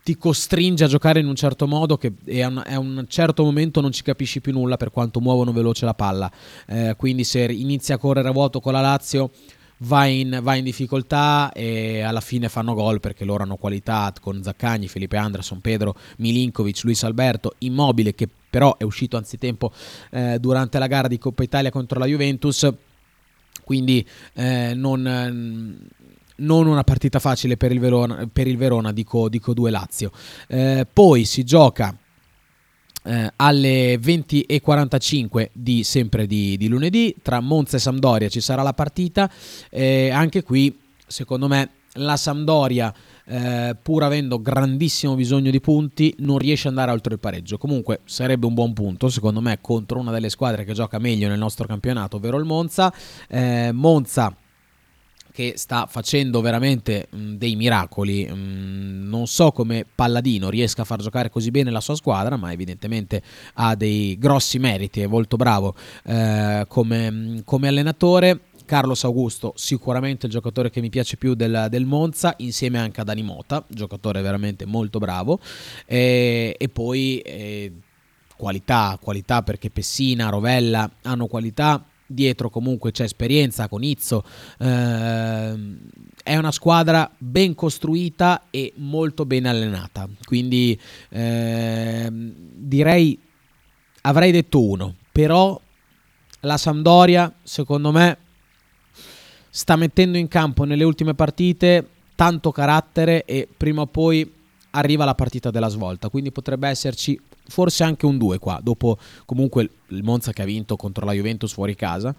ti costringe a giocare in un certo modo che è un, a un certo momento non ci capisci più nulla per quanto muovono veloce la palla, eh, quindi se inizia a correre a vuoto con la Lazio va in, va in difficoltà e alla fine fanno gol perché loro hanno qualità con Zaccagni, Felipe Anderson, Pedro, Milinkovic, Luis Alberto, Immobile che però è uscito anzitempo eh, durante la gara di Coppa Italia contro la Juventus, quindi eh, non, non una partita facile per il Verona, per il Verona dico, dico due Lazio. Eh, poi si gioca Eh, alle venti e quarantacinque di sempre di, di lunedì tra Monza e Sampdoria ci sarà la partita, eh, anche qui secondo me la Sampdoria eh, pur avendo grandissimo bisogno di punti non riesce ad andare oltre il pareggio. Comunque sarebbe un buon punto secondo me contro una delle squadre che gioca meglio nel nostro campionato, ovvero il Monza. eh, Monza che sta facendo veramente mh, dei miracoli. mh, non so come Palladino riesca a far giocare così bene la sua squadra, ma evidentemente ha dei grossi meriti, è molto bravo eh, come, mh, come allenatore. Carlos Augusto sicuramente il giocatore che mi piace più del, del Monza, insieme anche a Dani Mota, giocatore veramente molto bravo, e, e poi eh, qualità, qualità perché Pessina, Rovella hanno qualità. Dietro comunque c'è esperienza con Izzo, eh, è una squadra ben costruita e molto ben allenata, quindi eh, direi, avrei detto uno, però la Sampdoria secondo me sta mettendo in campo nelle ultime partite tanto carattere e prima o poi arriva la partita della svolta, quindi potrebbe esserci forse anche un due qua, dopo comunque il Monza che ha vinto contro la Juventus fuori casa.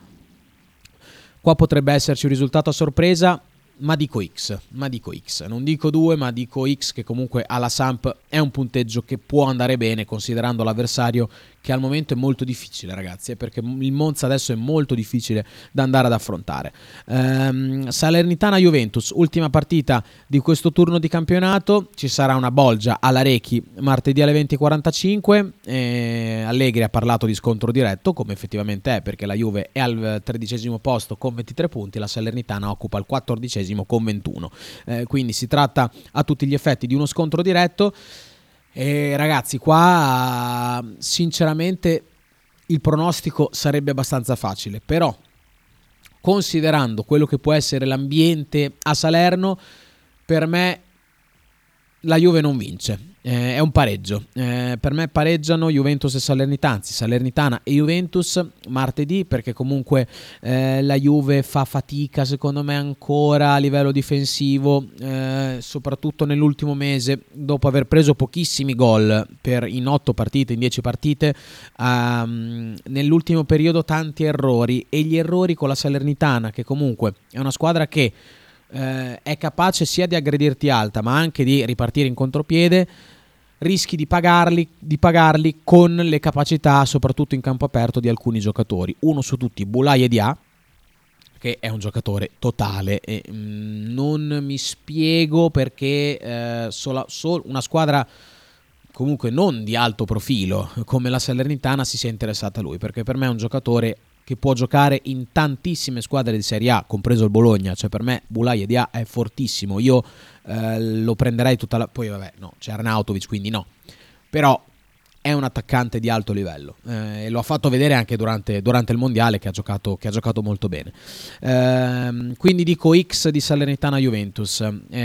Qua potrebbe esserci un risultato a sorpresa, ma dico X, ma dico X, non dico due, ma dico X, che comunque alla Samp è un punteggio che può andare bene considerando l'avversario che al momento è molto difficile, ragazzi, perché il Monza adesso è molto difficile da andare ad affrontare. ehm, Salernitana-Juventus, ultima partita di questo turno di campionato, ci sarà una bolgia alla Rechi martedì alle venti e quarantacinque. eh, Allegri ha parlato di scontro diretto, come effettivamente è, perché la Juve è al tredicesimo posto con ventitré punti, la Salernitana occupa il quattordicesimo con ventuno, eh, quindi si tratta a tutti gli effetti di uno scontro diretto. E ragazzi, qua sinceramente il pronostico sarebbe abbastanza facile, però considerando quello che può essere l'ambiente a Salerno, per me la Juve non vince, eh, è un pareggio. Eh, per me pareggiano Juventus e Salernitana, anzi Salernitana e Juventus martedì, perché comunque eh, la Juve fa fatica secondo me ancora a livello difensivo, eh, soprattutto nell'ultimo mese, dopo aver preso pochissimi gol per in otto partite, in dieci partite, um, nell'ultimo periodo tanti errori, e gli errori con la Salernitana, che comunque è una squadra che Eh, è capace sia di aggredirti alta ma anche di ripartire in contropiede, rischi di pagarli, di pagarli con le capacità soprattutto in campo aperto di alcuni giocatori. Uno su tutti, Boulaye Dia, che è un giocatore totale e mh, non mi spiego perché eh, sola, sol, una squadra comunque non di alto profilo come la Salernitana si sia interessata a lui, perché per me è un giocatore che può giocare in tantissime squadre di Serie A, compreso il Bologna. Cioè per me Boulaye Dia è fortissimo, io eh, lo prenderei tutta la... poi vabbè, no, c'è Arnautovic, quindi no, però è un attaccante di alto livello, eh, e lo ha fatto vedere anche durante, durante il mondiale, che ha giocato, che ha giocato molto bene. Eh, quindi dico X di Salernitana-Juventus,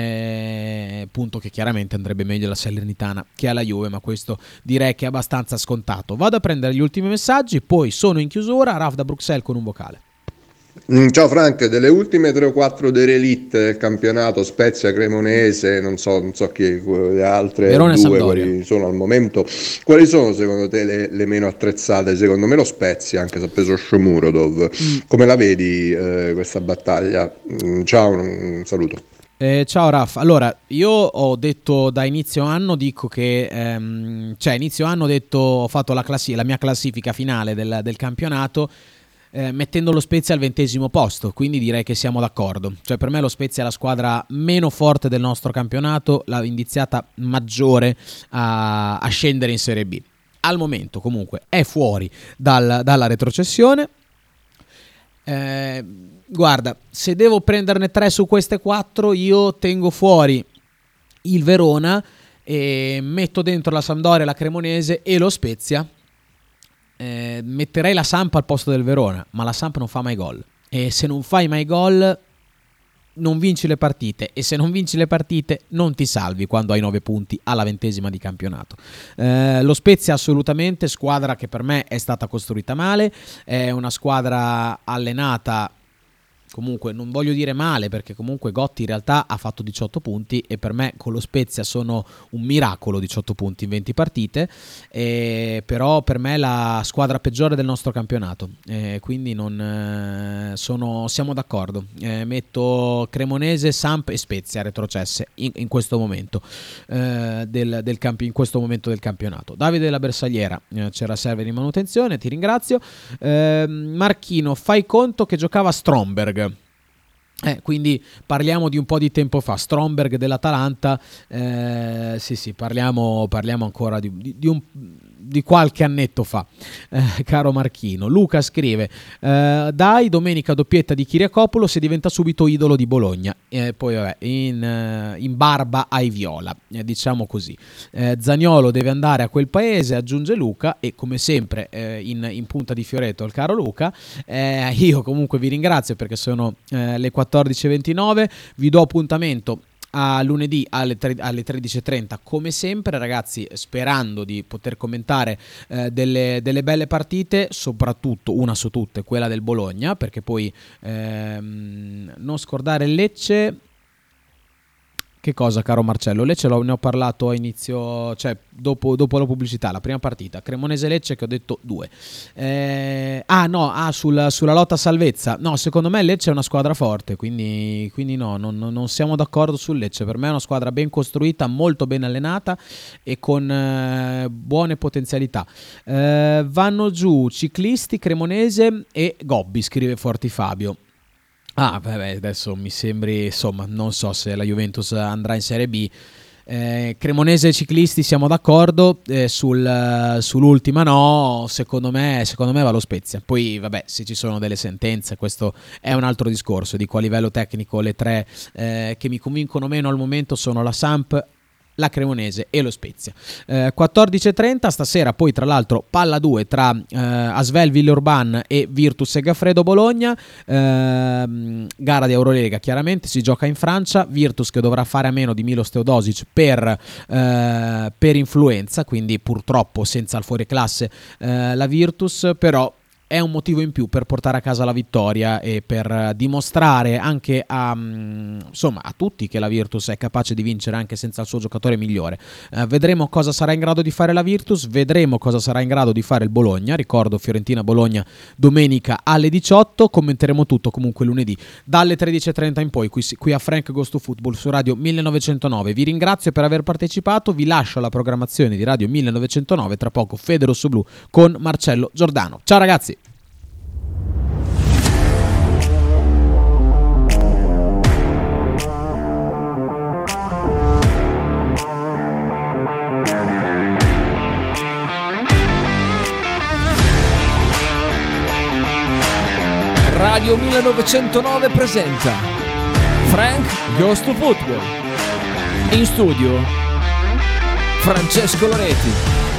eh, punto che chiaramente andrebbe meglio alla Salernitana che alla Juve, ma questo direi che è abbastanza scontato. Vado a prendere gli ultimi messaggi, poi sono in chiusura. Raf da Bruxelles con un vocale. Mm, Ciao Frank, delle ultime tre o quattro derelitte del campionato, Spezia, Cremonese, non so, non so chi, le altre Verona e due Sampdoria. quali sono al momento, quali sono secondo te le, le meno attrezzate? Secondo me lo Spezia, anche se ha preso Shomurodov. Mm. Come la vedi eh, questa battaglia? Mm, Ciao, un saluto. Eh, ciao Raf, allora io ho detto da inizio anno, dico che ehm, cioè inizio anno ho detto, ho fatto la, classi- la mia classifica finale del, del campionato, eh, mettendo lo Spezia al ventesimo posto, quindi direi che siamo d'accordo. Cioè per me lo Spezia è la squadra meno forte del nostro campionato, la indiziata maggiore a, a scendere in Serie B. Al momento comunque è fuori dal, dalla retrocessione. Eh, guarda, se devo prenderne tre su queste quattro, io tengo fuori il Verona e metto dentro la Sampdoria, la Cremonese e lo Spezia, eh, metterei la Samp al posto del Verona, ma la Samp non fa mai gol, e se non fai mai gol non vinci le partite, e se non vinci le partite non ti salvi quando hai nove punti alla ventesima di campionato. Eh, lo Spezia assolutamente squadra che per me è stata costruita male, è una squadra allenata, comunque non voglio dire male, perché comunque Gotti in realtà ha fatto diciotto punti e per me con lo Spezia sono un miracolo diciotto punti in venti partite, eh, però per me è la squadra peggiore del nostro campionato, eh, quindi non eh, sono, siamo d'accordo, eh, metto Cremonese, Samp e Spezia retrocesse in, in questo momento eh, del, del campi, in questo momento del campionato. Davide della Bersagliera, eh, c'era serve di manutenzione, ti ringrazio. eh, Marchino, fai conto che giocava Stromberg. Eh, quindi parliamo di un po' di tempo fa. Stromberg dell'Atalanta, eh, sì sì, parliamo, parliamo ancora di, di, di, un, di qualche annetto fa, eh, caro Marchino. Luca scrive, eh, dai, domenica doppietta di Kyriakopoulos, si diventa subito idolo di Bologna, eh, poi vabbè, in, in barba ai viola, eh, diciamo così. eh, Zaniolo deve andare a quel paese, aggiunge Luca, e come sempre eh, in, in punta di fioretto il caro Luca. eh, io comunque vi ringrazio perché sono eh, le quattordici e ventinove, vi do appuntamento a lunedì alle, tre, alle tredici e trenta come sempre, ragazzi, sperando di poter commentare eh, delle, delle belle partite, soprattutto una su tutte, quella del Bologna, perché poi ehm, non scordare il Lecce. Che cosa, caro Marcello? Lecce ne ho parlato a inizio, cioè dopo, dopo la pubblicità, la prima partita. Cremonese-Lecce che ho detto due. Eh, ah no, ah, sul, sulla lotta salvezza. No, secondo me Lecce è una squadra forte, quindi, quindi no, non, non siamo d'accordo sul Lecce. Per me è una squadra ben costruita, molto ben allenata e con eh, buone potenzialità. Eh, vanno giù ciclisti, Cremonese e Gobbi, scrive Forti Fabio. Ah, vabbè, adesso mi sembri, insomma, non so se la Juventus andrà in Serie B. Eh, Cremonese e ciclisti siamo d'accordo, eh, sul, sull'ultima no, secondo me, secondo me va lo Spezia. Poi vabbè, se ci sono delle sentenze, questo è un altro discorso. Dico, a livello tecnico le tre eh, che mi convincono meno al momento sono la Samp, la Cremonese e lo Spezia. eh, quattordici e trenta stasera, poi tra l'altro palla due tra eh, Asvel Villeurbanne e Virtus e Gaffredo Bologna, eh, gara di Eurolega, chiaramente si gioca in Francia. Virtus che dovrà fare a meno di Milos Teodosic per, eh, per influenza, quindi purtroppo senza il fuoriclasse eh, la Virtus, però è un motivo in più per portare a casa la vittoria e per dimostrare anche a, insomma, a tutti che la Virtus è capace di vincere anche senza il suo giocatore migliore. Eh, vedremo cosa sarà in grado di fare la Virtus, vedremo cosa sarà in grado di fare il Bologna. Ricordo Fiorentina-Bologna domenica alle diciotto, commenteremo tutto comunque lunedì dalle tredici e trenta in poi qui, qui a Frank Goes to Football su Radio millenovecentonove. Vi ringrazio per aver partecipato, vi lascio alla programmazione di Radio millenovecentonove, tra poco Fede Rossoblu con Marcello Giordano. Ciao ragazzi! Radio millenovecentonove presenta Frank Goes to Football. In studio Francesco Loreti.